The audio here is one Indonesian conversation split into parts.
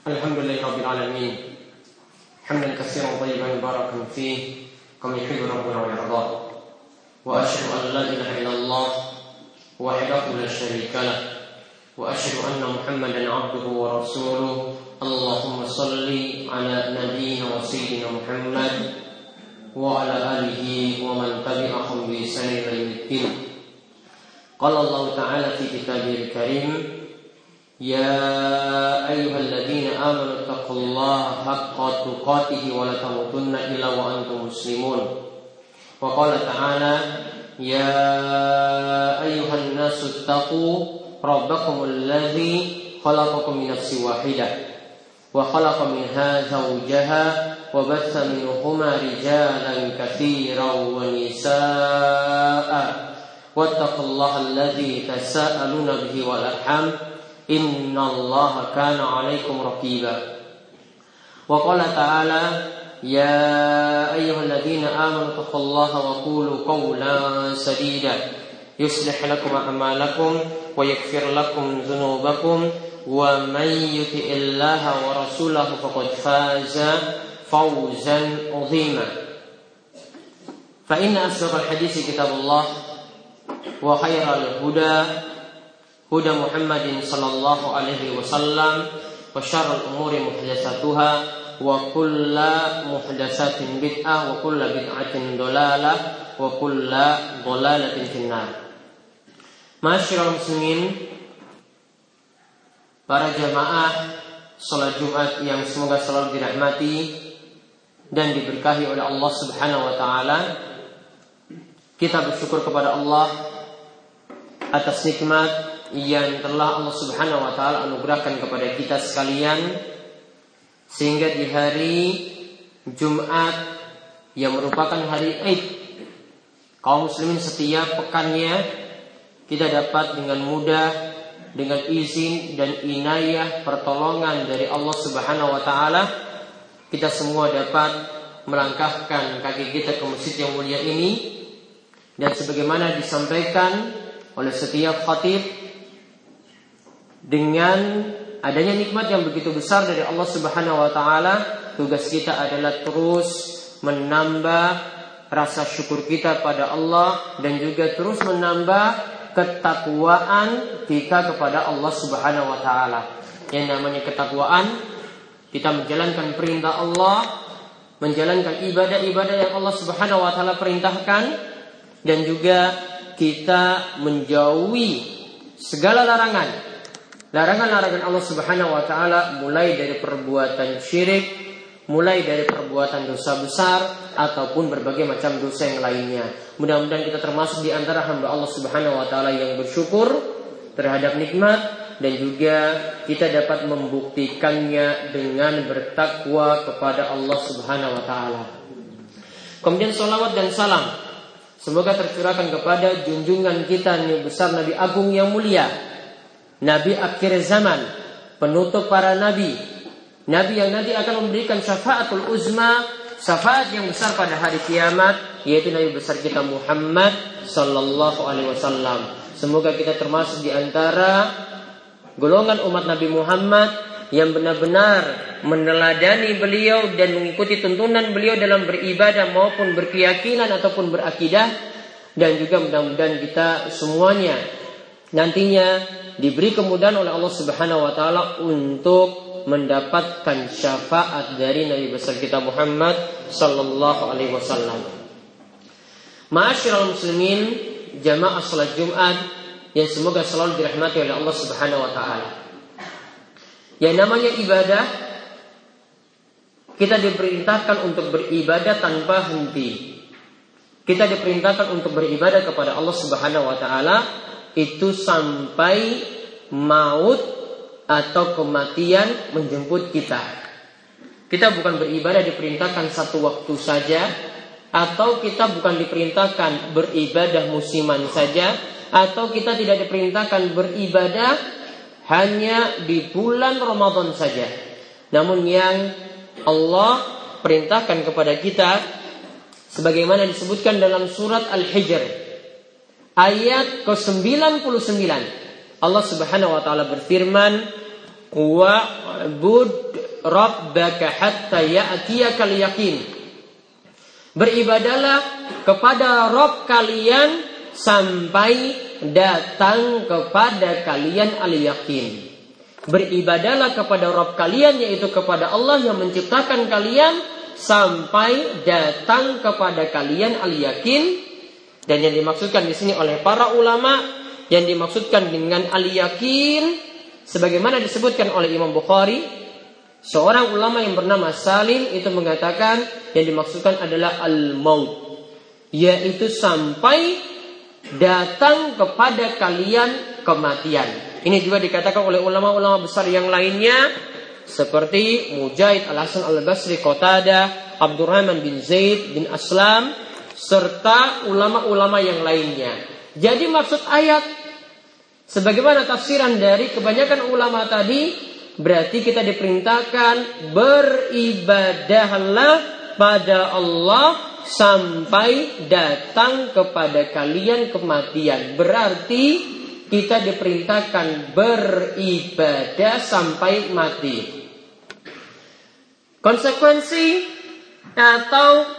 Alhamdulillahi Rabbil Alamin. Hamdan katsiran thayyiban barakan fihi kama yuhibbu rabbuna wa yarda. Wa asyhadu an la ilaha illallah wahdahu la syarika lah. Wa asyhadu anna Muhammadan 'abduhu wa rasuluh. Allahumma shalli ala nabiyyina wa sayyidina Muhammad wa ala alihi wa man tabi'ahum bi ihsan ila yaumil. Qala Allah Ta'ala fi kitabihil karim, ya ayyuhalladzina amanu taqullaha haqqa tuqatih wa la tamutunna illa wa antum muslimun. Wa qala ta'ala, ya ayyuhan nasu taqu rabbakumul ladzi khalaqakum min nafsin wahidah wa khalaqa minha zawjaha wa batha minhuma rijalan katsiran wa nisaa'a wattaqullaha alladzi tasaaluna bihi wal arham innallaha kana 'alaikum raqiba. Wa qala ta'ala, ya ayyuhalladzina amanu taqullaha wa qulu qawlan sadida yuslih lakum a'malakum wa yaghfir lakum dzunubakum wa may yuti'illaha wa rasulahu faqad faza fawzan 'azima. Fa inna asdaqal haditsi kitabullah wa khairal huda Muhammadin sallallahu alaihi wasallam wa syarrul umuri muhdatsatuha wa kullu muhdatsatin bid'ah wa kullu bid'atin dhalalah wa kullu dhalalatin finnar. Ma'asyiral muslimin, para jamaah salat Jumat yang semoga selalu dirahmati dan diberkahi oleh Allah Subhanahu wa taala, kita bersyukur kepada Allah atas nikmat yang telah Allah Subhanahu wa taala anugerahkan kepada kita sekalian, sehingga di hari Jumat yang merupakan hari Id, kaum muslimin setiap pekannya kita dapat dengan mudah, dengan izin dan inayah pertolongan dari Allah Subhanahu wa taala, kita semua dapat melangkahkan kaki kita ke masjid yang mulia ini. Dan sebagaimana disampaikan oleh setiap khatib, dengan adanya nikmat yang begitu besar dari Allah Subhanahu wa taala, tugas kita adalah terus menambah rasa syukur kita pada Allah dan juga terus menambah ketakwaan kita kepada Allah Subhanahu wa taala. Yang namanya ketakwaan, kita menjalankan perintah Allah, menjalankan ibadah-ibadah yang Allah Subhanahu wa taala perintahkan, dan juga kita menjauhi segala larangan Allah Subhanahu wa taala, mulai dari perbuatan syirik, mulai dari perbuatan dosa besar ataupun berbagai macam dosa yang lainnya. Mudah-mudahan kita termasuk di antara hamba Allah Subhanahu wa taala yang bersyukur terhadap nikmat, dan juga kita dapat membuktikannya dengan bertakwa kepada Allah Subhanahu wa taala. Kemudian salawat dan salam semoga tercurahkan kepada junjungan kita Nabi besar, Nabi agung yang mulia, Nabi akhir zaman, penutup para nabi, Nabi yang nanti akan memberikan syafaatul uzma, syafaat yang besar pada hari kiamat, yaitu Nabi besar kita Muhammad sallallahu alaihi wasallam. Semoga kita termasuk di antara golongan umat Nabi Muhammad yang benar-benar meneladani beliau dan mengikuti tuntunan beliau dalam beribadah maupun berkeyakinan ataupun berakidah. Dan juga mudah-mudahan kita semuanya nantinya diberi kemudahan oleh Allah Subhanahu wa taala untuk mendapatkan syafaat dari Nabi besar kita Muhammad sallallahu alaihi wasallam. Ma'asyiral muslimin, jamaah salat Jumat yang semoga selalu dirahmati oleh Allah Subhanahu wa taala. Yang namanya ibadah, kita diperintahkan untuk beribadah tanpa henti. Kita diperintahkan untuk beribadah kepada Allah Subhanahu wa taala itu sampai maut atau kematian menjemput kita. Kita bukan beribadah diperintahkan satu waktu saja, atau kita bukan diperintahkan beribadah musiman saja, atau kita tidak diperintahkan beribadah hanya di bulan Ramadan saja. Namun yang Allah perintahkan kepada kita, sebagaimana disebutkan dalam surat Al-Hijr ayat ke-99, Allah Subhanahu wa taala berfirman, wa'bud rabbaka hatta ya'tiyakal yaqin. Beribadahlah kepada Rabb kalian sampai datang kepada kalian al-yaqin. Beribadahlah kepada Rabb kalian, yaitu kepada Allah yang menciptakan kalian, sampai datang kepada kalian al-yaqin. Dan yang dimaksudkan di sini oleh para ulama, yang dimaksudkan dengan al-yaqin, sebagaimana disebutkan oleh Imam Bukhari, seorang ulama yang bernama Salim itu mengatakan yang dimaksudkan adalah al-maut, yaitu sampai datang kepada kalian kematian. Ini juga dikatakan oleh ulama-ulama besar yang lainnya, seperti Mujahid, Al-Hasan Al-Basri, Qatadah, Abdurrahman bin Zaid bin Aslam, serta ulama-ulama yang lainnya. Jadi maksud ayat, sebagaimana tafsiran dari kebanyakan ulama tadi, berarti kita diperintahkan beribadahlah pada Allah sampai datang kepada kalian kematian. Berarti kita diperintahkan beribadah sampai mati. Konsekuensi atau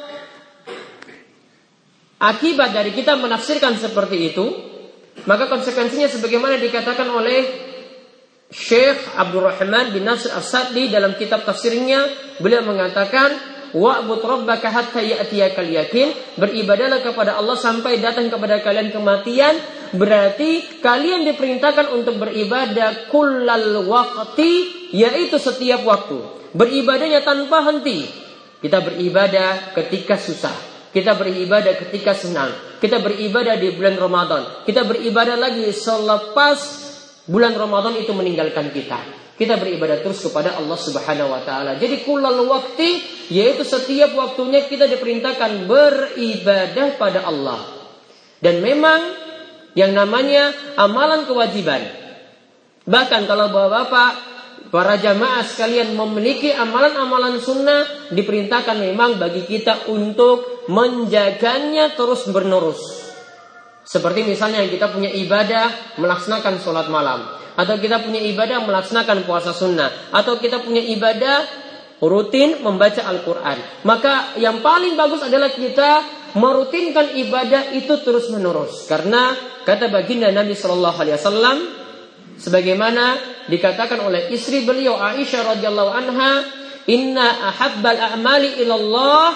akibat dari kita menafsirkan seperti itu, maka konsekuensinya sebagaimana dikatakan oleh Syekh Abdurrahman bin Nasir As-Sa'di dalam kitab tafsirnya, beliau mengatakan wa'bud rabbaka hatta ya'tiyakal yaqin, beribadahlah kepada Allah sampai datang kepada kalian kematian. Berarti kalian diperintahkan untuk beribadah kullal waqti, yaitu setiap waktu. Beribadahnya tanpa henti. Kita beribadah ketika susah, kita beribadah ketika senang, kita beribadah di bulan Ramadan, kita beribadah lagi selepas bulan Ramadan itu meninggalkan kita. Kita beribadah terus kepada Allah Subhanahu wa taala. Jadi kullal waqti, yaitu setiap waktunya kita diperintahkan beribadah pada Allah. Dan memang yang namanya amalan kewajiban, bahkan kalau bapak-bapak, para jamaah sekalian memiliki amalan-amalan sunnah, diperintahkan memang bagi kita untuk menjaganya terus menerus. Seperti misalnya kita punya ibadah melaksanakan sholat malam, atau kita punya ibadah melaksanakan puasa sunnah, atau kita punya ibadah rutin membaca Al-Quran. Maka yang paling bagus adalah kita merutinkan ibadah itu terus menerus. Karena kata baginda Nabi SAW, sebagaimana dikatakan oleh istri beliau Aisyah radhiyallahu anha, inna ahabbal a'mali ilallah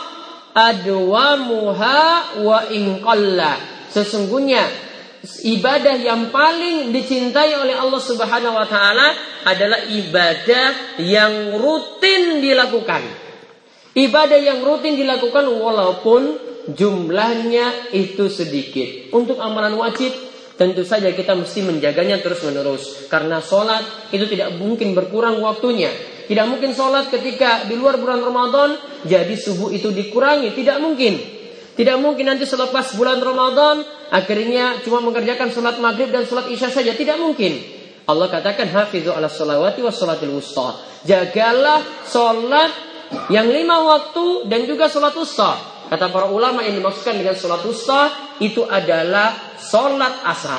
adwamuha wa in qalla. Sesungguhnya ibadah yang paling dicintai oleh Allah Subhanahu wa taala adalah ibadah yang rutin dilakukan. Ibadah yang rutin dilakukan walaupun jumlahnya itu sedikit. Untuk amalan wajib tentu saja kita mesti menjaganya terus menerus. Karena sholat itu tidak mungkin berkurang waktunya. Tidak mungkin sholat ketika di luar bulan Ramadan jadi subuh itu dikurangi. Tidak mungkin. Tidak mungkin nanti selepas bulan Ramadan akhirnya cuma mengerjakan sholat maghrib dan sholat isya saja. Tidak mungkin. Allah katakan hafizu ala sholawati wa sholatil wusta. Jagalah sholat yang 5 waktu dan juga sholat wusta. Kata para ulama yang dimaksudkan dengan sholat wusta itu adalah sholat asar.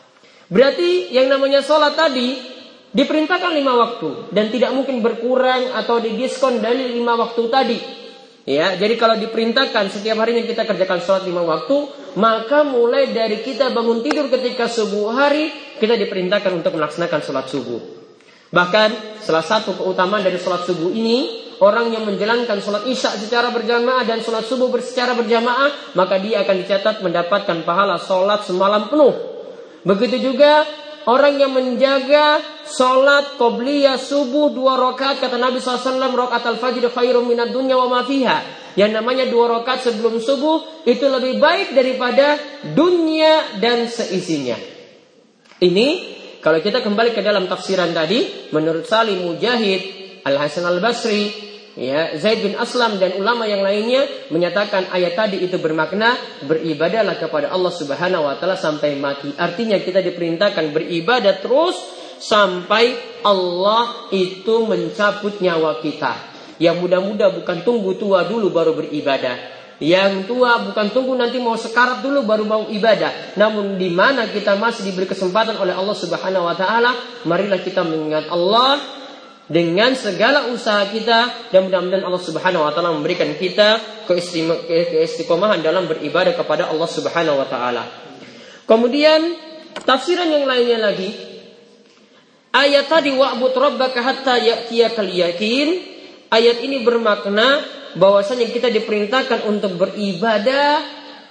Berarti yang namanya sholat tadi diperintahkan 5 waktu dan tidak mungkin berkurang atau didiskon dari 5 waktu tadi. Ya, jadi kalau diperintahkan setiap harinya kita kerjakan sholat 5 waktu, maka mulai dari kita bangun tidur ketika subuh hari, kita diperintahkan untuk melaksanakan sholat subuh. Bahkan salah satu keutamaan dari sholat subuh ini, orang yang menjalankan sholat isya secara berjamaah dan sholat subuh secara berjamaah, maka dia akan dicatat mendapatkan pahala sholat semalam penuh. Begitu juga orang yang menjaga sholat qobliyah subuh 2 rakaat, kata Nabi SAW, rakaat al-fajr khairum minad dunya wa ma fiha. Yang namanya 2 rakaat sebelum subuh itu lebih baik daripada dunia dan seisinya. Ini kalau kita kembali ke dalam tafsiran tadi, menurut Salim, Mujahid, Al-Hasan Al-Basri, ya, Zaid bin Aslam dan ulama yang lainnya menyatakan ayat tadi itu bermakna beribadahlah kepada Allah Subhanahu wa taala sampai mati. Artinya kita diperintahkan beribadah terus sampai Allah itu mencabut nyawa kita. Yang muda-muda bukan tunggu tua dulu baru beribadah. Yang tua bukan tunggu nanti mau sekarat dulu baru mau ibadah. Namun di mana kita masih diberi kesempatan oleh Allah Subhanahu wa taala, marilah kita mengingat Allah dengan segala usaha kita, dan mudah-mudahan Allah Subhanahu wa taala memberikan kita keistiqomahan dalam beribadah kepada Allah Subhanahu wa taala. Kemudian tafsiran yang lainnya lagi, ayat tadi wa'bud rabbaka hatta ya'tiyakal yaqin, ayat ini bermakna bahwasanya kita diperintahkan untuk beribadah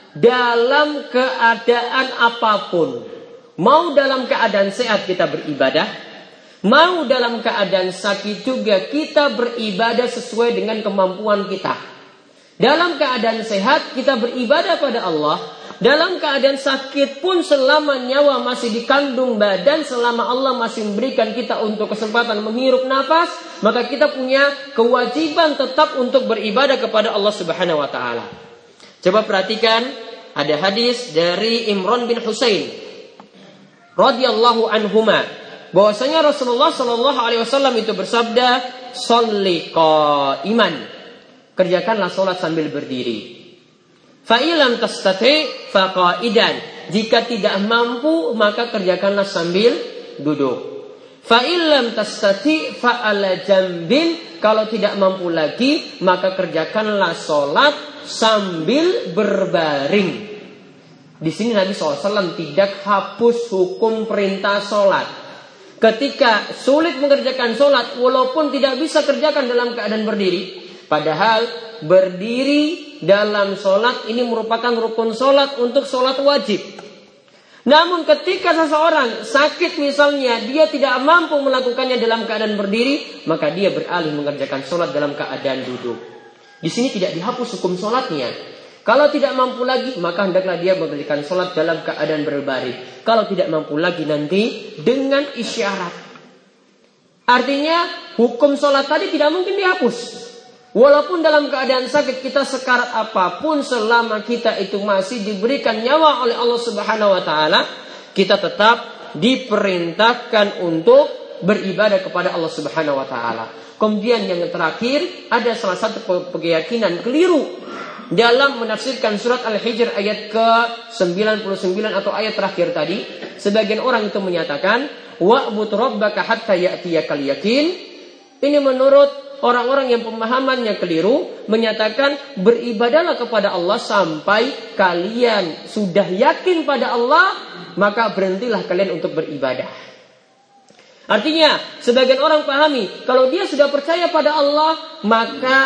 dalam keadaan apapun. Mau dalam keadaan sehat kita beribadah, mau dalam keadaan sakit juga kita beribadah sesuai dengan kemampuan kita. Dalam keadaan sehat kita beribadah pada Allah, dalam keadaan sakit pun selama nyawa masih dikandung badan, selama Allah masih memberikan kita untuk kesempatan menghirup nafas, maka kita punya kewajiban tetap untuk beribadah kepada Allah Subhanahu wa taala. Coba perhatikan, ada hadis dari Imran bin Husain radhiyallahu anhuma, bahwasanya Rasulullah sallallahu alaihi wasallam itu bersabda, "Sholli qa'iman." Kerjakanlah salat sambil berdiri. Fa illam tastati fa qa'idan. Jika tidak mampu maka kerjakanlah sambil duduk. Fa illam tastati fa ala jambin. Kalau tidak mampu lagi maka kerjakanlah salat sambil berbaring. Di sini Nabi SAW tidak hapus hukum perintah sholat. Ketika sulit mengerjakan sholat, walaupun tidak bisa kerjakan dalam keadaan berdiri, padahal berdiri dalam sholat ini merupakan rukun sholat untuk sholat wajib. Namun ketika seseorang sakit misalnya, dia tidak mampu melakukannya dalam keadaan berdiri, maka dia beralih mengerjakan sholat dalam keadaan duduk. Di sini tidak dihapus hukum sholatnya. Kalau tidak mampu lagi, maka hendaklah dia mengerjakan sholat dalam keadaan berbaring. Kalau tidak mampu lagi nanti dengan isyarat. Artinya hukum sholat tadi tidak mungkin dihapus. Walaupun dalam keadaan sakit kita sekarat apapun, selama kita itu masih diberikan nyawa oleh Allah Subhanahu wa taala, kita tetap diperintahkan untuk beribadah kepada Allah Subhanahu wa taala. Kemudian yang terakhir, ada salah satu keyakinan keliru dalam menafsirkan surat Al-Hijr ayat ke-99 atau ayat terakhir tadi. Sebagian orang itu menyatakan wa'bud rabbaka hatta ya'tiyakal yaqin. Ini menurut orang-orang yang pemahamannya keliru, menyatakan beribadahlah kepada Allah sampai kalian sudah yakin pada Allah, maka berhentilah kalian untuk beribadah. Artinya, sebagian orang pahami, kalau dia sudah percaya pada Allah, maka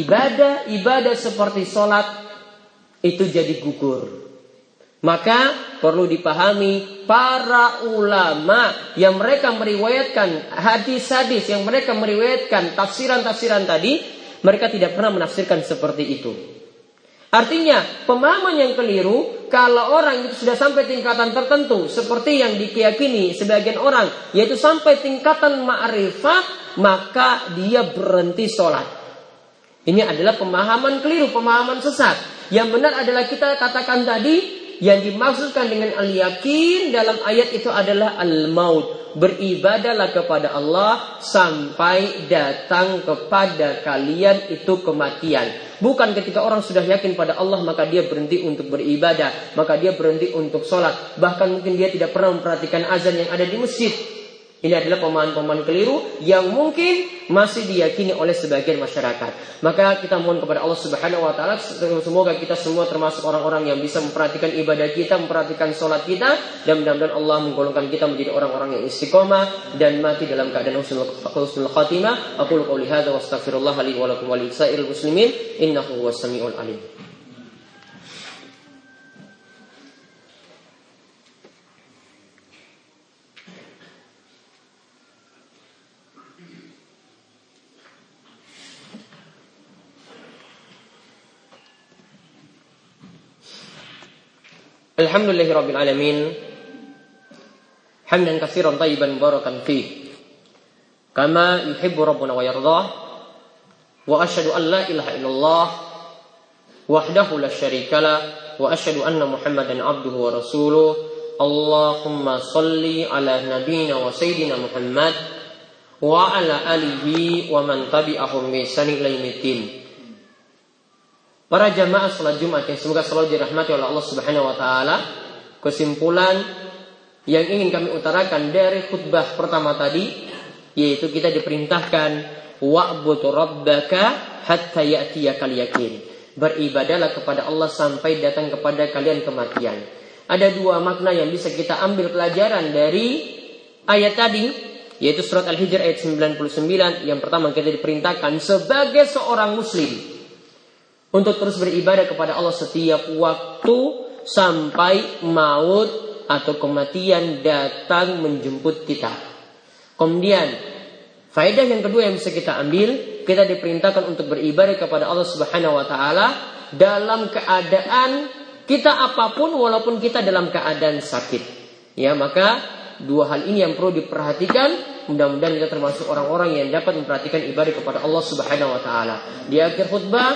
ibadah seperti sholat itu jadi gugur. Maka perlu dipahami, para ulama yang mereka meriwayatkan hadis-hadis, yang mereka meriwayatkan tafsiran-tafsiran tadi, mereka tidak pernah menafsirkan seperti itu. Artinya, pemahaman yang keliru, kalau orang itu sudah sampai tingkatan tertentu, seperti yang dikeyakini sebagian orang, yaitu sampai tingkatan ma'rifah, maka dia berhenti sholat. Ini adalah pemahaman keliru, pemahaman sesat. Yang benar adalah kita katakan tadi, yang dimaksudkan dengan al-yakin dalam ayat itu adalah al-maut. Beribadahlah kepada Allah sampai datang kepada kalian itu kematian. Bukan ketika orang sudah yakin pada Allah maka dia berhenti untuk beribadah, maka dia berhenti untuk sholat. Bahkan mungkin dia tidak pernah memperhatikan azan yang ada di masjid. Ini adalah pemahaman-pemahaman keliru yang mungkin masih diyakini oleh sebagian masyarakat. Maka kita mohon kepada Allah Subhanahu wa taala, semoga kita semua termasuk orang-orang yang bisa memperhatikan ibadah kita, memperhatikan sholat kita, dan mudah-mudahan Allah menggolongkan kita menjadi orang-orang yang istiqomah dan mati dalam keadaan husnul khatimah. Aqulu qouli hadza wa astaghfirullah li wa lakum wa lisa'iril muslimin innahu huwas samiul alim. Alhamdulillahirabbil alamin. Hamdan katsiran thayyiban mubarakan fih. Kama yuhibbu rabbuna wa yardah. Wa asyhadu an la ilaha illallah wahdahu la syarikalah wa asyhadu anna Muhammadan abduhu wa rasuluh. Allahumma shalli ala nabiyyina wa sayyidina Muhammad wa ala alihi wa man tabi'ahum bi ihsan ila yaumil. Para jamaah salat Jumat yang semoga selalu dirahmati oleh Allah Subhanahu wa taala, kesimpulan yang ingin kami utarakan dari khutbah pertama tadi yaitu kita diperintahkan wa'bud rabbaka hatta ya'tiyakal yakin. Beribadahlah kepada Allah sampai datang kepada kalian kematian. Ada dua makna yang bisa kita ambil pelajaran dari ayat tadi, yaitu surat Al-Hijr ayat 99. Yang pertama, kita diperintahkan sebagai seorang muslim untuk terus beribadah kepada Allah setiap waktu sampai maut atau kematian datang menjemput kita. Kemudian faedah yang kedua yang bisa kita ambil, kita diperintahkan untuk beribadah kepada Allah Subhanahu wa taala dalam keadaan kita apapun, walaupun kita dalam keadaan sakit. Ya, maka dua hal ini yang perlu diperhatikan. Mudah-mudahan kita termasuk orang-orang yang dapat memperhatikan ibadah kepada Allah Subhanahu wa taala. Di akhir khutbah,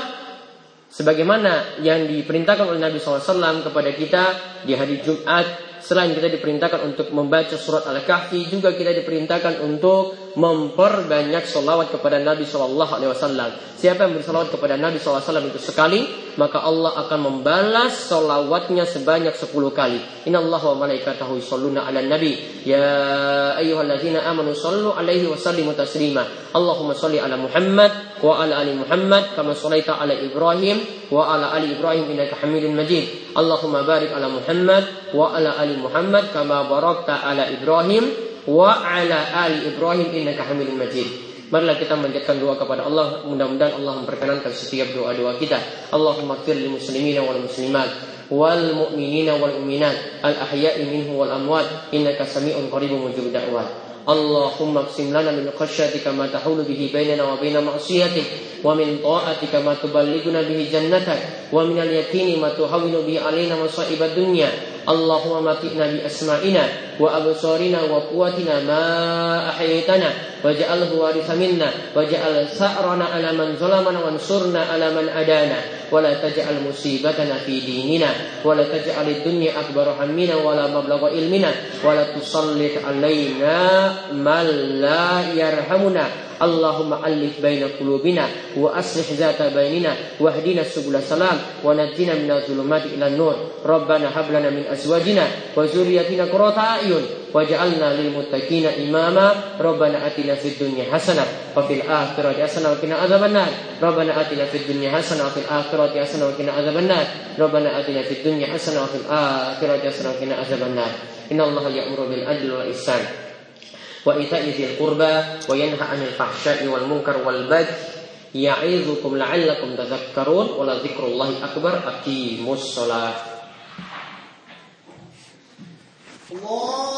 sebagaimana yang diperintahkan oleh Nabi SAW kepada kita di hari Jumat, selain kita diperintahkan untuk membaca surat Al-Kahfi, juga kita diperintahkan untuk memperbanyak sholawat kepada Nabi SAW. Siapa yang bersalawat kepada Nabi SAW itu sekali, maka Allah akan membalas sholawatnya sebanyak 10 kali. Inna Allah wa malaikatahu yusholluna ala nabi ya ayyuhalladzina amanu shollu alaihi wa sallimu taslima. Allahumma sholli ala Muhammad wa ala ali Muhammad kama shollaita ala Ibrahim wa ala ali Ibrahim innaka Hamidun Majid. Allahumma barik ala Muhammad wa ala ali Muhammad kama barakta ala Ibrahim wa ala ali Ibrahim innaka Hamidun Majid. Marilah kita menjadikan doa kepada Allah. Mudah-mudahan Allah memperkenankan setiap doa-doa kita. Allahumma ighfir lil muslimina wal muslimat wal mu'minina wal mu'minat al ahya'i minhum wal amwat innaka sami'un qaribun mujibud da'wat. Allahumma qsim lana min khashyatika ma tahulu bihi bainana wa baina ma'siyatik wa min ta'atika ma tuballighuna bihi jannatak wa min al-yaqini ma tuhawwinu bihi alaina masa'ibad dunya. Allahumma mati'na bi asma'ina wa absarina wa quwwatina ma ahyaytana waj'alhu waritha minna waj'al sa'rana 'ala man zalamana wansurna 'ala man adana wa la taj'al musibatana fi dinina wa la taj'al ad-dunya akbar hammina wa la mablagha ilmina wa la tusallit 'alaina man la yarhamuna. Allahumma alif baina qulubina wa aslih zata bainina wahdina subul salam wa najjina minadh dhulumati ilan nur. Rabbana hab lana min azwajina wa dzurriyyatina qurrata a'yun waj'alna lil muttaqina imama. Rabbana atina fid dunya hasanah wa fil akhirati hasanah wa qina adzabannar. Rabbana atina fid dunya hasanah wa fil akhirati hasanah wa qina adzabannar. Rabbana atina fid dunya hasanah wa fil akhirati hasanah wa qina adzabannar. Innallaha ya'muru bil adli wal ihsan wa ita'i dzil qurba wa yanha 'anil fahsya'i wal munkar wal baghi ya'idzukum la'allakum tadhakkarun wa la dzikrullahi akbar. Aqimus shalah.